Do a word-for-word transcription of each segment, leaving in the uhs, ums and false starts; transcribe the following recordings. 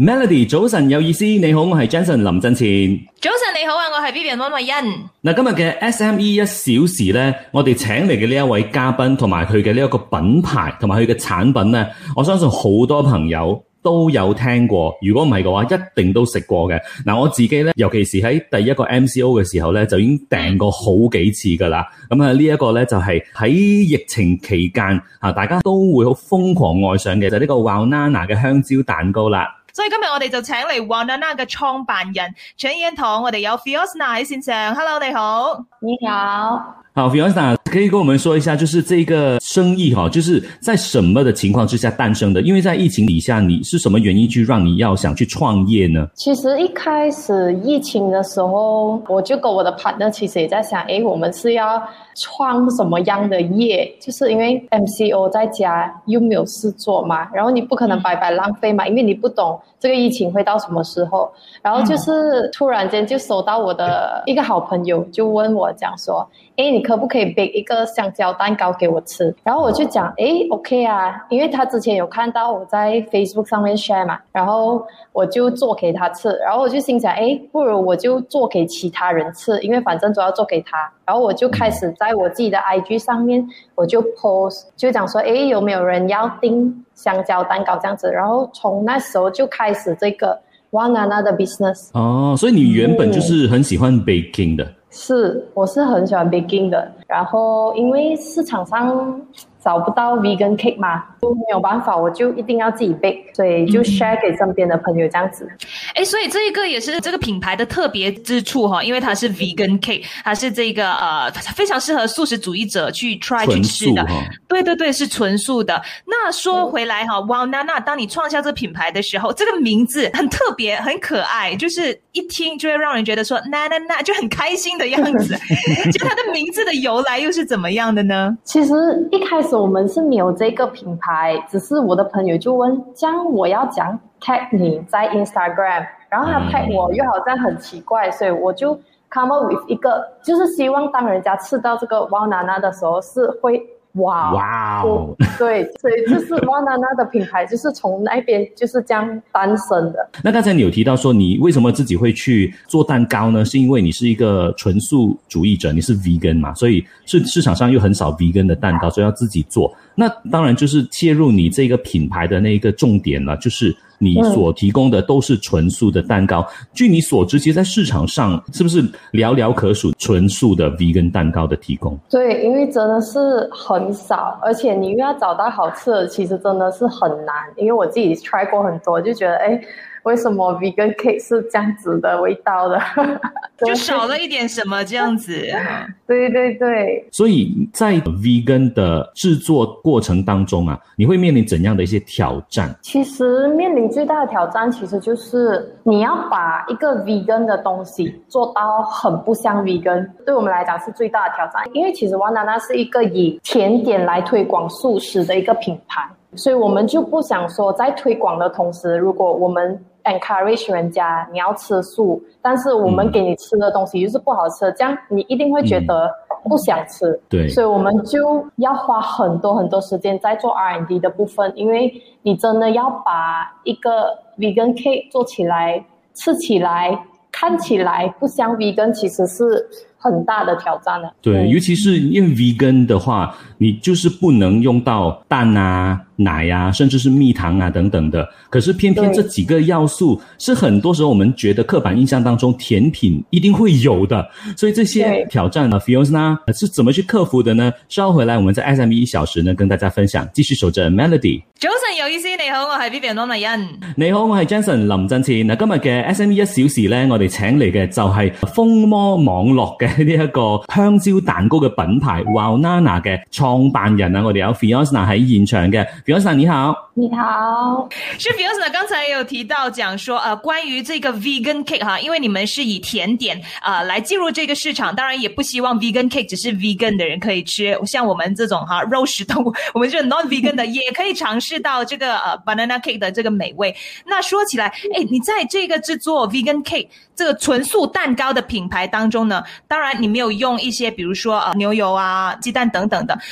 Melody 早晨有意思，你好，我係 Jensen 林振前。 早晨你好啊，我係 Vivian 溫慧欣。 嗱，今日嘅 S M E 一小時咧，我哋請嚟嘅呢一位嘉賓同埋佢嘅呢一個品牌同埋佢嘅產品咧，我相信好多朋友都有聽過，如果唔係嘅話，一定都食過嘅。嗱，我自己咧，尤其是喺第一個 M C O 嘅時候咧，就已經訂過好幾次噶啦。咁啊，呢一個咧就係喺疫情期間啊，大家都會好瘋狂愛上嘅，就係呢個 Waonana 嘅香蕉蛋糕啦。 所以今日我哋就請嚟 Waonana 嘅創辦人陳彥彤，我哋有 Fiona 喺線上。Hello， 你好。 你好。 好 Fiona 可以跟我們說一下，就是這個生意哈，就是在什麼的情況之下誕生的？因為在疫情底下，你是什麼原因去讓你要想去創業呢？ 其實一開始疫情的時候，我就跟我的 partner 其實也在想，誒，我們是要創什麼樣的業？就是因為 M C O 在家又沒有事做嘛，然後你不可能白白浪費嘛，因為你不懂這個疫情會到什麼時候。然後就是突然間就收到我的一個好朋友就問我講說，誒，你可不可以 bake 一個香蕉蛋糕給我吃？然後我就講，誒 OK 啊，因為他之前有看到我在 Facebook 上面 share 嘛，然後我就做給他吃，然後我就心想，誒，不如我就做給其他人吃，因為反正都要做給他。然後我就開始在我自己的 I G 上面，我就 post 就講說，誒，有沒有人要訂香蕉蛋糕這樣子？然後從那時候就開始這個 Waonana 的 business。 哦，所以你原本就是很喜歡 baking 的。 是，我是很喜歡 baking 的，然後因為市場上找不到 vegan cake 嘛，都沒有辦法，我就一定要自己 bake， 所以就 share 給身邊的朋友這樣子。 誒，所以這一個也是這個品牌的特別之處哈，因為它是 vegan cake，它是這個呃非常適合素食主義者去 try 去吃的。對對對，是純素的。那說回來哈 ，Waonana 當你創下這個品牌的時候，這個名字很特別，很可愛，就是一聽就會讓人覺得說那那那就很開心的樣子。就它的名字的由來又是怎麼樣的呢？ 其實一開始我們是沒有這個品牌，只是我的朋友就問，這樣我要講 tag 你在 Instagram， 然後他 tag 我又好像很奇怪，所以我就 come up with 一個，就是希望當人家吃到這個 Waonana 的時候是會哇哇哦，對，所以就是 Waonana 的品牌就是從那邊就是這樣誕生的。 那剛才你有提到說你為什麼自己會去做蛋糕呢？是因為你是一個純素主義者，你是 vegan 嘛，所以是市場上又很少 vegan 的蛋糕，所以要自己做。那當然就是切入你這個品牌的那個重點了，就是你所提供的都是純素的蛋糕。嗯、據你所知，其實在市場上是不是寥寥可數純素的 vegan 蛋糕的提供？ 對，因為真的是很少，而且你又要找到好吃的，其實真的是很難。因為我自己 try 過很多，就覺得誒，為什麼 vegan cake 是這樣子的味道的？ 就少了一點什麼這樣子。 對對對。 所以在 vegan 的製作過程當中啊，你會面臨怎樣的一些挑戰？ 其實面臨最大的挑戰其實就是你要把一個 vegan 的東西做到很不像 vegan， 對我們來講是最大的挑戰。因為其實 Waonana 是一個以甜點來推廣素食的一個品牌，所以我們就不想說在推廣的同時，如果我們encourage 人家你要吃素，但是我們給你吃的東西就是不好吃，嗯、這樣你一定會覺得不想吃。嗯、對，所以我們就要花很多很多時間在做 R and D 的部分，因為你真的要把一個 vegan cake 做起來，吃起來，看起來不像 vegan， 其實是很大的挑戰了。 對，尤其是因為 vegan 的話，你就是不能用到蛋啊、奶啊，甚至是蜜糖啊等等的。可是偏偏這幾個要素是很多時候我們覺得刻板印象當中甜品一定會有的，所以這些挑戰呢 Fiona 是怎麼去克服的呢？稍後回來我們在 S M E 一小時呢跟大家分享，繼續守着 Melody。 早晨有意思，你好，我係 Vivian 溫慧欣。 你好，我係 Jensen 林振前。嗱，今日嘅 S M E 一小時咧，我哋請嚟嘅就係瘋魔網絡嘅呢一個香蕉蛋糕嘅品牌 Waonana 嘅創辦人啊，我哋有 Fiona 喺現場嘅。Fiona 你好。 你好。 是 Fiona 剛才有提到講說呃，關於這個 vegan cake 哈，因為你們是以甜點呃來進入這個市場，當然也不希望 vegan cake 只是 vegan 的人可以吃，像我們這種哈肉食動物，我們就是 non vegan 的也可以嘗試到這個呃 banana cake 的這個美味。那說起來，誒，你在這個製作 vegan cake 這個純素蛋糕的品牌當中呢，當然你沒有用一些比如說呃牛油啊、雞蛋等等的，那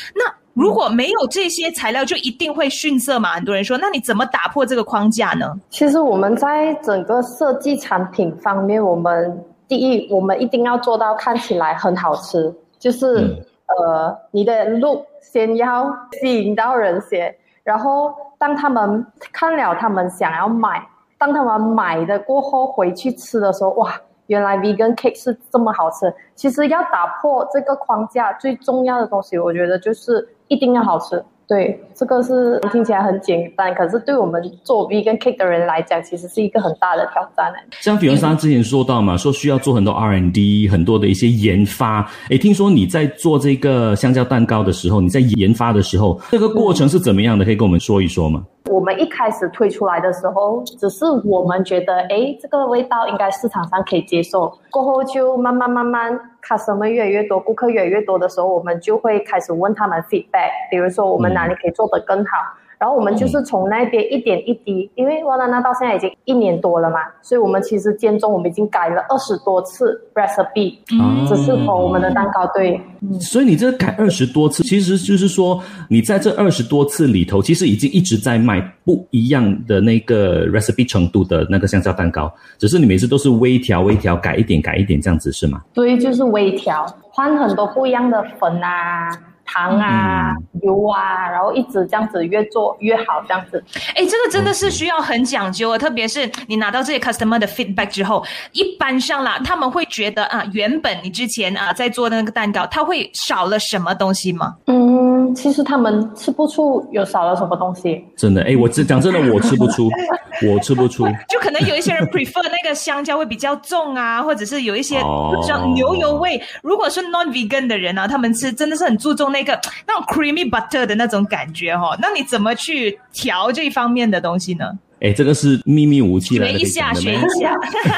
如果没有这些材料就一定会逊色嘛，很多人说，那你怎么打破这个框架呢？ 其实我们在整个设计产品方面，我们第一我们一定要做到看起来很好吃，就是、嗯、呃你的 look 先要吸引到人先，然后当他们看了他们想要买，当他们买的过后回去吃的时候，哇，原来 vegan cake 是这么好吃。其实要打破这个框架最重要的东西，我觉得就是一定要好吃。对，这个是听起来很简单，可是对我们做 vegan cake 的人来讲，其实是一个很大的挑战。 像比如说之前说到嘛，说需要做很多 R and D， 很多的一些研发。诶，听说你在做这个香蕉蛋糕的时候，你在研发的时候，这个过程是怎么样的？可以跟我们说一说吗？ 我们一开始推出来的时候，只是我们觉得，诶，这个味道应该市场上可以接受。过后就慢慢慢慢 customer 越来越多，顾客越来越多的时候，我们就会开始问他们 feedback， 比如说我们哪里可以做得更好。嗯，然后我们就是从那边一点一滴，因为 Wanana 到现在已经一年多了嘛，所以我们其实间中我们已经改了二十多次 recipe，嗯，只是和我们的蛋糕。对， 嗯，所以你这改二十多次，其实就是说你在这二十多次里头，其实已经一直在卖不一样的那个 recipe 程度的那个香蕉蛋糕，只是你每次都是微调微调，改一点改一点这样子是吗？ 对，就是微调，换很多不一样的粉啊。糖啊、嗯、油啊，然后一直这样子越做越好这样子。 诶，这个真的是需要很讲究的，特别是你拿到这些 customer 的 feedback 之后，一般上啦，他们会觉得啊，原本你之前啊在做的那个蛋糕，它会少了什么东西吗？ 嗯，其实他们吃不出有少了什么东西。 真的，诶，我讲真的，我吃不出，我吃不出。 就可能有一些人 prefer 那个香蕉会比较重啊，或者是有一些不知道牛油味。哦，如果是 non-vegan 的人啊，他们吃真的是很注重那个那种 creamy butter 的那种感觉齁，那你怎么去调这方面的东西呢？ 诶，这个是秘密武器来的， 学一下学一下。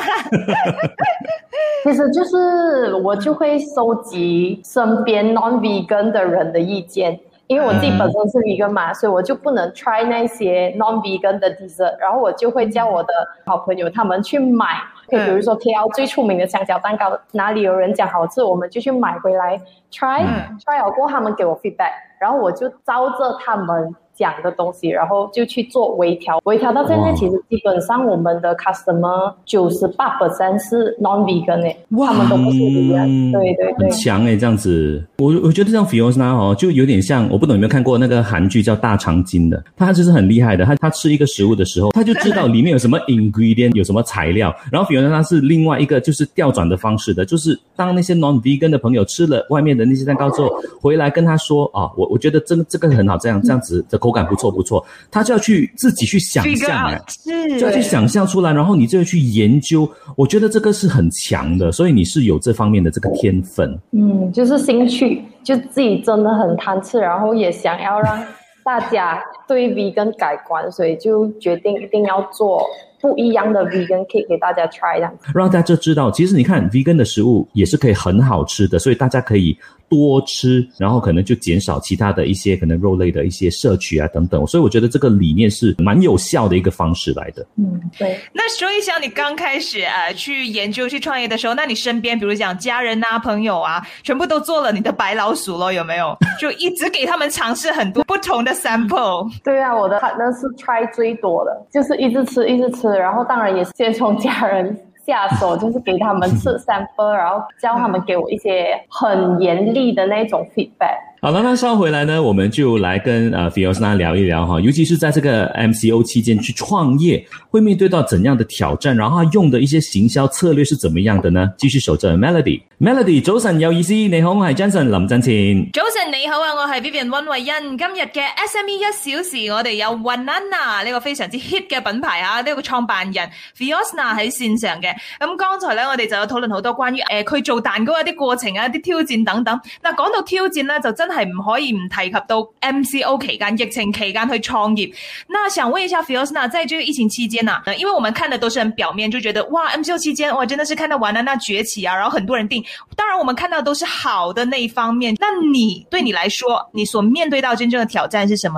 其实就是我就会收集身边 non-vegan 的人的意见，因为我自己本身是 vegan 嘛，所以我就不能 try 那些 non-vegan 的 dessert， 然后我就会叫我的好朋友他们去买，比如说 K L 最出名的香蕉蛋糕，哪里有人讲好吃，我们就去买回来 try， 嗯、try 了过后他们给我 feedback， 然后我就照着他们讲的东西，然后就去做微调，微调到现在其实基本上我们的 customer 九十八 percent 是 non-vegan 诶，他们都不是 vegan， 对对对， 很强诶，这样子。我我觉得像 Fiona 哦，就有点像，我不懂有没有看过那个韩剧叫《大长今》的，他就是很厉害的，他他吃一个食物的时候，他就知道里面有什么 ingredient， 有什么材料，然后 Fiona 他是另外一个就是调转的方式的，就是当那些 non-vegan 的朋友吃了外面的那些蛋糕之后，回来跟他说啊，我我觉得这个这个很好，这样这样子的口感不错不错，他就要去自己去想象哎，就要去想象出来，然后你就要去研究，我觉得这个是很强的，所以你是有这方面的这个天分。 嗯，就是兴趣，就自己真的很贪吃，然后也想要让大家对 vegan 改观，所以就决定一定要做不一样的 vegan cake 给大家 try， 这样子让大家知道其实你看 vegan 的食物也是可以很好吃的，所以大家可以多吃，然后可能就减少其他的一些可能肉类的一些摄取啊等等，所以我觉得这个理念是蛮有效的一个方式来的。 嗯，对。 那说一下你刚开始啊去研究去创业的时候，那你身边比如讲家人啊朋友啊全部都做了你的白老鼠咯，有没有？就一直给他们尝试很多不同的 sample。 对啊，我的 partner 是 try 最多的，就是一直吃一直吃，然后当然也是先从家人下手，就是给他们吃 sample， 然后教他们给我一些很严厉的那种 feedback。 好了，那稍后回来呢，我们就来跟呃 Fiona 聊一聊哈，尤其是在这个 M C O 期間去創業，會面對到怎樣的挑戰，然後他用的一些行銷策略是怎麼樣的呢？繼續守着 Melody。Melody， 早晨有意思，你好，我係 Jensen 林振前。 早晨你好啊，我係 Vivian 溫慧欣。今日嘅 S M E 一小時，我哋有 Wanana 呢個非常之 hit 嘅品牌啊，呢、這個創辦人 Fiona 喺線上嘅。咁剛才咧，我哋就有討論好多關於誒佢做蛋糕一啲過程啊，一啲挑戰等等。嗱，講到挑戰咧，就真係唔可以唔提及到 M C O 期間疫情期間去創業。那想問一下 Fiona， 在這個疫情期間啊，因為我們看的都是很表面，就覺得哇 M C O 期間哇真的是看到Wanana崛起啊，然後很多人訂。當然我們看到的都是好的那一方面。那你對你來說，你所面對到真正的挑戰是什麼呢？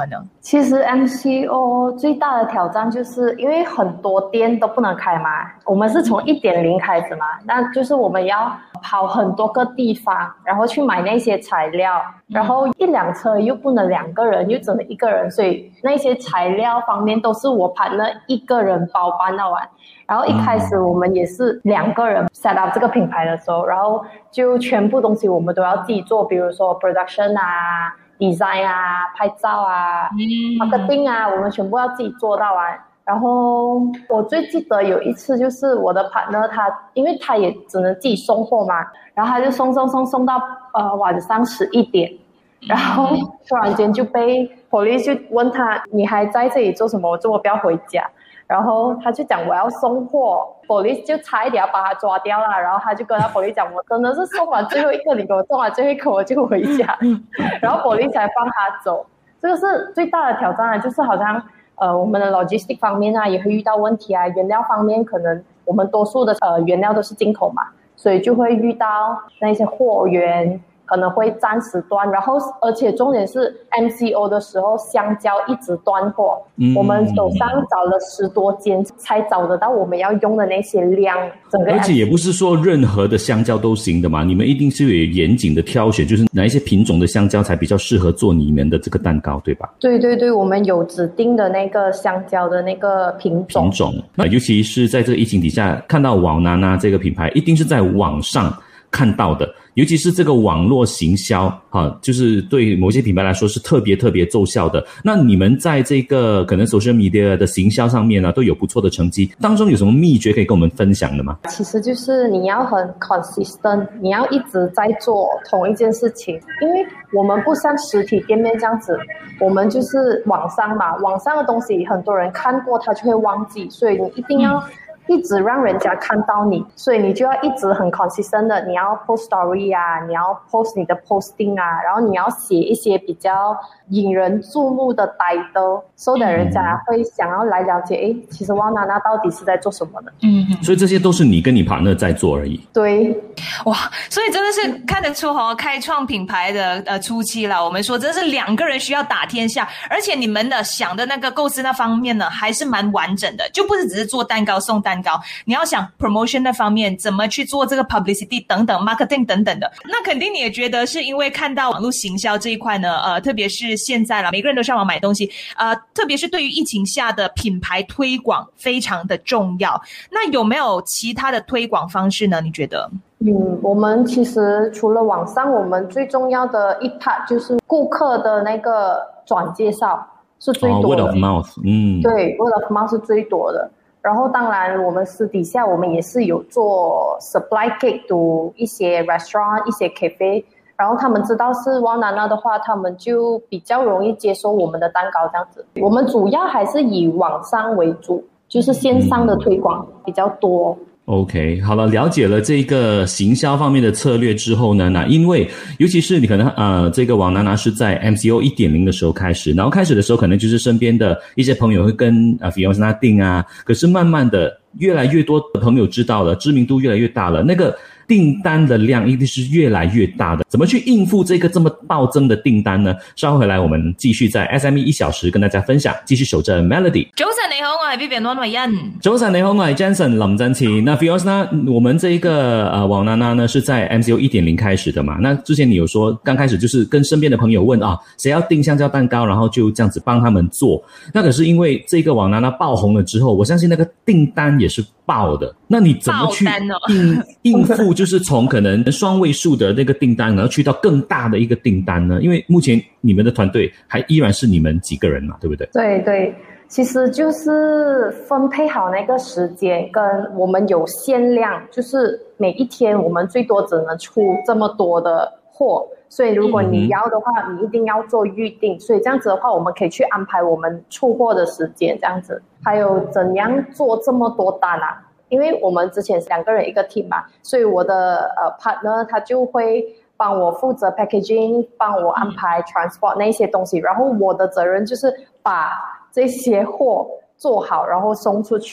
其实 M C O 最大的挑战就是因为很多店都不能开嘛，我们是从 一点零 开始嘛，那就是我们要跑很多个地方，然后去买那些材料，然后一辆车又不能两个人，又只能一个人，所以那些材料方面都是我partner一个人包办到完。然后一开始我们也是两个人 set up 这个品牌的时候，然后就全部东西我们都要自己做，比如说 production 啊design 啊，拍照啊 marketing 啊，我们全部要自己做到完。然后我最记得有一次就是我的 partner 他因为他也只能自己送货嘛，然后他就送送送送到呃晚上十一点，然后突然间就被 police 就问他你还在这里做什么，我怎么不要回家，然后他就讲我要送货， police 就差一点要把他抓掉了，然后他就跟他 police 讲我真的是送完最后一个，你给我送完最后一个我就回家，然后 police 才放他走。这个是最大的挑战啊，就是好像呃我们的 logistic 方面啊也会遇到问题啊，原料方面可能我们多数的呃原料都是进口嘛，所以就会遇到那些货源可能会暂时断，然后而且重点是 M C O 的时候香蕉一直断货、嗯、我们手上找了十多间才找得到我们要用的那些量，整个而且也不是说任何的香蕉都行的嘛，你们一定是有严谨的挑选，就是哪一些品种的香蕉才比较适合做你们的这个蛋糕，对吧？ 对对对，我们有指定的那个香蕉的那个品种。 品种，那尤其是在这个疫情底下，看到瓦娜娜这个品牌，一定是在网上看到的，尤其是这个网络行销哈，就是对某些品牌来说是特别特别奏效的。那你们在这个可能 social media 的行销上面呢，都有不错的成绩，当中有什么秘诀可以跟我们分享的吗？ 其实就是你要很 consistent， 你要一直在做同一件事情，因为我们不像实体店面这样子，我们就是网上嘛，网上的东西很多人看过他就会忘记，所以你一定要、嗯一直让人家看到你，所以你就要一直很 consistent 的，你要 post story 啊，你要 post 你的 posting 啊，然后你要写一些比较引人注目的 title， so that 人家会想要来了解，诶，其实瓦娜娜到底是在做什么的。 嗯，所以这些都是你跟你 partner 在做而已。 对， 哇，所以真的是看得出哦，开创品牌的呃初期啦，我们说真的是两个人需要打天下，而且你们的想的那个构思那方面呢，还是蛮完整的，就不是只是做蛋糕送蛋糕。蛋糕，你要想 promotion 那方面怎么去做这个 publicity 等等 marketing 等等的，那肯定你也觉得是因为看到网络行销这一块呢，呃，特别是现在啦，每个人都上网买东西，呃，特别是对于疫情下的品牌推广非常的重要。那有没有其他的推广方式呢？你觉得？ 嗯，我们其实除了网上，我们最重要的一 part 就是顾客的那个转介绍是最多的。 哦 word of mouth， 嗯， 对 ，word of mouth 是最多的。然后当然我们私底下我们也是有做 supply cake to 一些 restaurant 一些 cafe， 然后他们知道是瓦娜娜的话，他们就比较容易接受我们的蛋糕这样子。我们主要还是以网上为主，就是线上的推广比较多。 OK， 好了，了解了这个行销方面的策略之后呢，那因为尤其是你可能呃，这个瓦娜娜是在 M C O 一点零 的时候开始，然后开始的时候可能就是身边的一些朋友会跟呃 Fiona 订啊，可是慢慢的越来越多的朋友知道了，知名度越来越大了，那个订单的量一定是越来越大的，怎么去应付这个这么暴增的订单呢？稍后回来我们继续在 S M E 一小时跟大家分享，继续守着 Melody。 早晨你好，我係 Vivian 安慧欣。 早晨你好，我係 Jensen 林振前。那 Fiona， 我们这一个呃瓦娜娜呢是在 M C O 一点零 开始的嘛？那之前你有说刚开始就是跟身边的朋友问啊，谁要订香蕉蛋糕，然后就这样子帮他们做。那可是因为这个瓦娜娜爆红了之后，我相信那个订单也是爆的。那你怎么去应、哦、应付就是从可能双位数的那个订单，然后去到更大的一个订单呢？因为目前你们的团队还依然是你们几个人嘛，对不对？ 对对，其实就是分配好那个时间，跟我们有限量，就是每一天我们最多只能出这么多的货，所以如果你要的话、嗯、你一定要做预定，所以这样子的话我们可以去安排我们出货的时间这样子。还有怎样做这么多单啊，因为我们之前是两个人一个 team 嘛，所以我的呃 partner 他就会帮我负责 packaging， 帮我安排 transport 那些东西，然后我的责任就是把这些货做好然后送出去。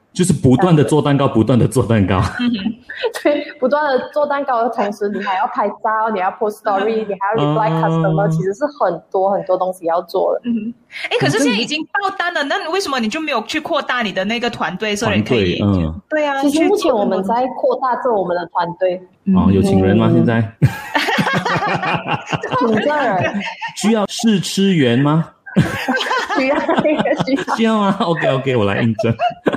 就是不断的做蛋糕，不断的做蛋糕。 对，不断的做蛋糕的同时，你还要拍照，你要 post story，你还要 reply customer，、嗯、其实是很多很多东西要做的。 嗯，哎，可是现在已经爆单了，那为什么你就没有去扩大你的那个团队，所以可以？嗯，对啊。 其实目前我们在扩大做我们的团队。 哦，有请人吗？现在？ 请个人。 需要试吃员吗？ 需要那个需要。 需要吗 ？OK OK， 我来应征。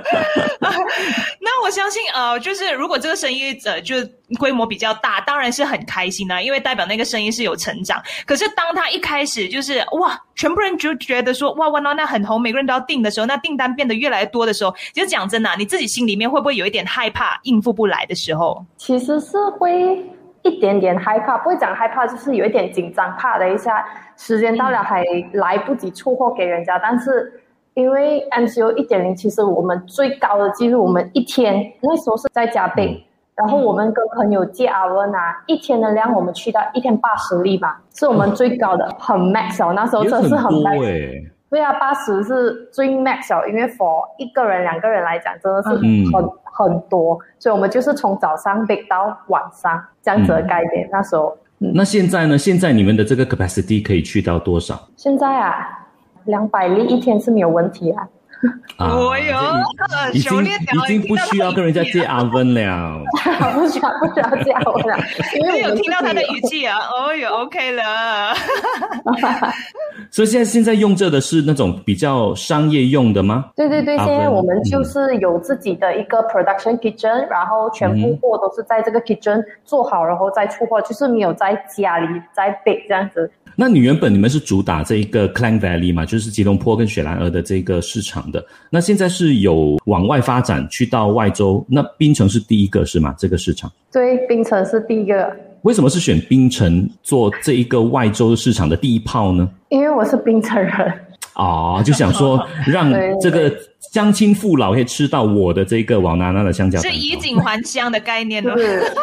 那我相信呃，就是如果这个生意呃就规模比较大，当然是很开心的，因为代表那个生意是有成长。可是当他一开始就是哇，全部人就觉得说哇哇那很红，每个人都要订的时候，那订单变得越来越多的时候，其实讲真的、啊，你自己心里面会不会有一点害怕，应付不来的时候？ 其实是会一点点害怕，不会讲害怕，就是有一点紧张，怕的一下，时间到了还来不及出货给人家，但是。因为 M C O 一点零 其实我们最高的记录，我们一天那时候是在家备、嗯、然后我们跟朋友借 oven 啊，一天的量我们去到一天八十粒吧，是我们最高的、嗯、很 max 哦，那时候真的是很 max 耶。 对啊，八十是最 max 哦，因为 for 一个人两个人来讲真的是很、嗯、很多，所以我们就是从早上 bake 到晚上这样子的概念、嗯、那时候、 嗯、那现在呢，现在你们的这个 capacity 可以去到多少？ 现在啊两百粒一天是没有问题啊！ 哦哟， 已经已经不需要跟人家借oven了， 不需要不需要借oven了，因为有听到他的语气啊，哦哟 OK 了。 所以现在现在用着的是那种比较商业用的吗？ 对对对，现在我们就是有自己的一个 production kitchen，、嗯、然后全部货都是在这个 kitchen 做好，然后再出货，就是没有在家里在 bake 这样子。 那你原本你们是主打这一个 Klang Valley 嘛，就是吉隆坡跟雪兰莪的这个市场的，那现在是有往外发展去到外州，那槟城是第一个是吗？这个市场？ 对，槟城是第一个。 为什么是选槟城做这一个外州市场的第一炮呢？ 因为我是槟城人。 哦，就想说让这个乡亲父老可以吃到我的这个瓦纳纳的香蕉蛋糕， 是以景还乡的概念哦。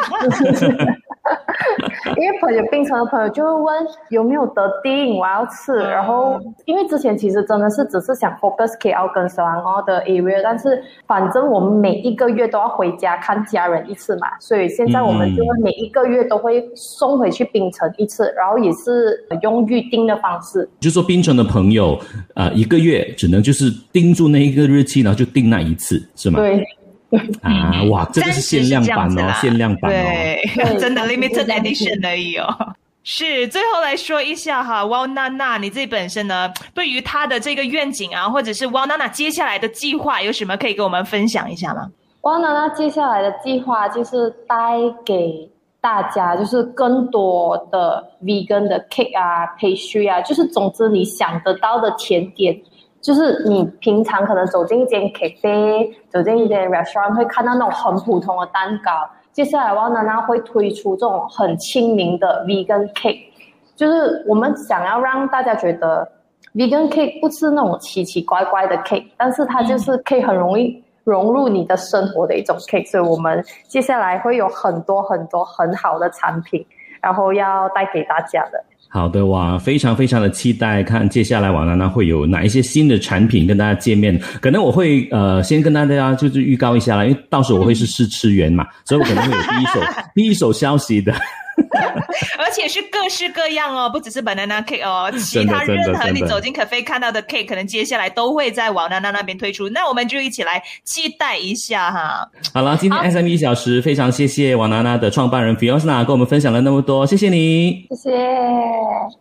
因为朋友槟城的朋友就会问有没有得订，我要吃、嗯、然后因为之前其实真的是只是想 focus K L 跟雪兰莪的 area， 但是反正我们每一个月都要回家看家人一次嘛，所以现在我们就会每一个月都会送回去槟城一次、嗯、然后也是用预订的方式， 就是说槟城的朋友呃，一个月只能就是盯住那一个日期，然后就订那一次是吗？ 对啊，哇，这个是限量版哦，限量版哦， 对，真的 limited edition 而已哦。是，最后来说一下哈 Walnana 你自己本身呢，对于他的这个愿景啊，或者是 Walnana 接下来的计划有什么可以跟我们分享一下吗？ Walnana 接下来的计划就是带给大家就是更多的 vegan 的 cake 啊 pastry 啊，就是总之你想得到的甜点，就是你平常可能走进一间 cafe 走进一间 restaurant 会看到那种很普通的蛋糕，接下来Walnana会推出这种很亲民的 vegan cake， 就是我们想要让大家觉得 vegan cake 不是那种奇奇怪怪的 cake， 但是它就是可以很容易融入你的生活的一种 cake， 所以我们接下来会有很多很多很好的产品，然后要带给大家的。 好的，哇，非常非常的期待看接下来Walnana会有哪一些新的产品跟大家见面。可能我会呃先跟大家就是预告一下啦，因为到时候我会是试吃员嘛，所以我可能会有第一手第一手消息的。 而且是各式各样哦，不只是 banana cake 哦，其他任何你走进 cafe 看到的 cake 可能接下来都会在Walnana那边推出，那我们就一起来期待一下哈。 好了，今天 S M E 一小时非常谢谢Walnana的创办人 Fiona 跟我们分享了那么多，谢谢你， 谢谢。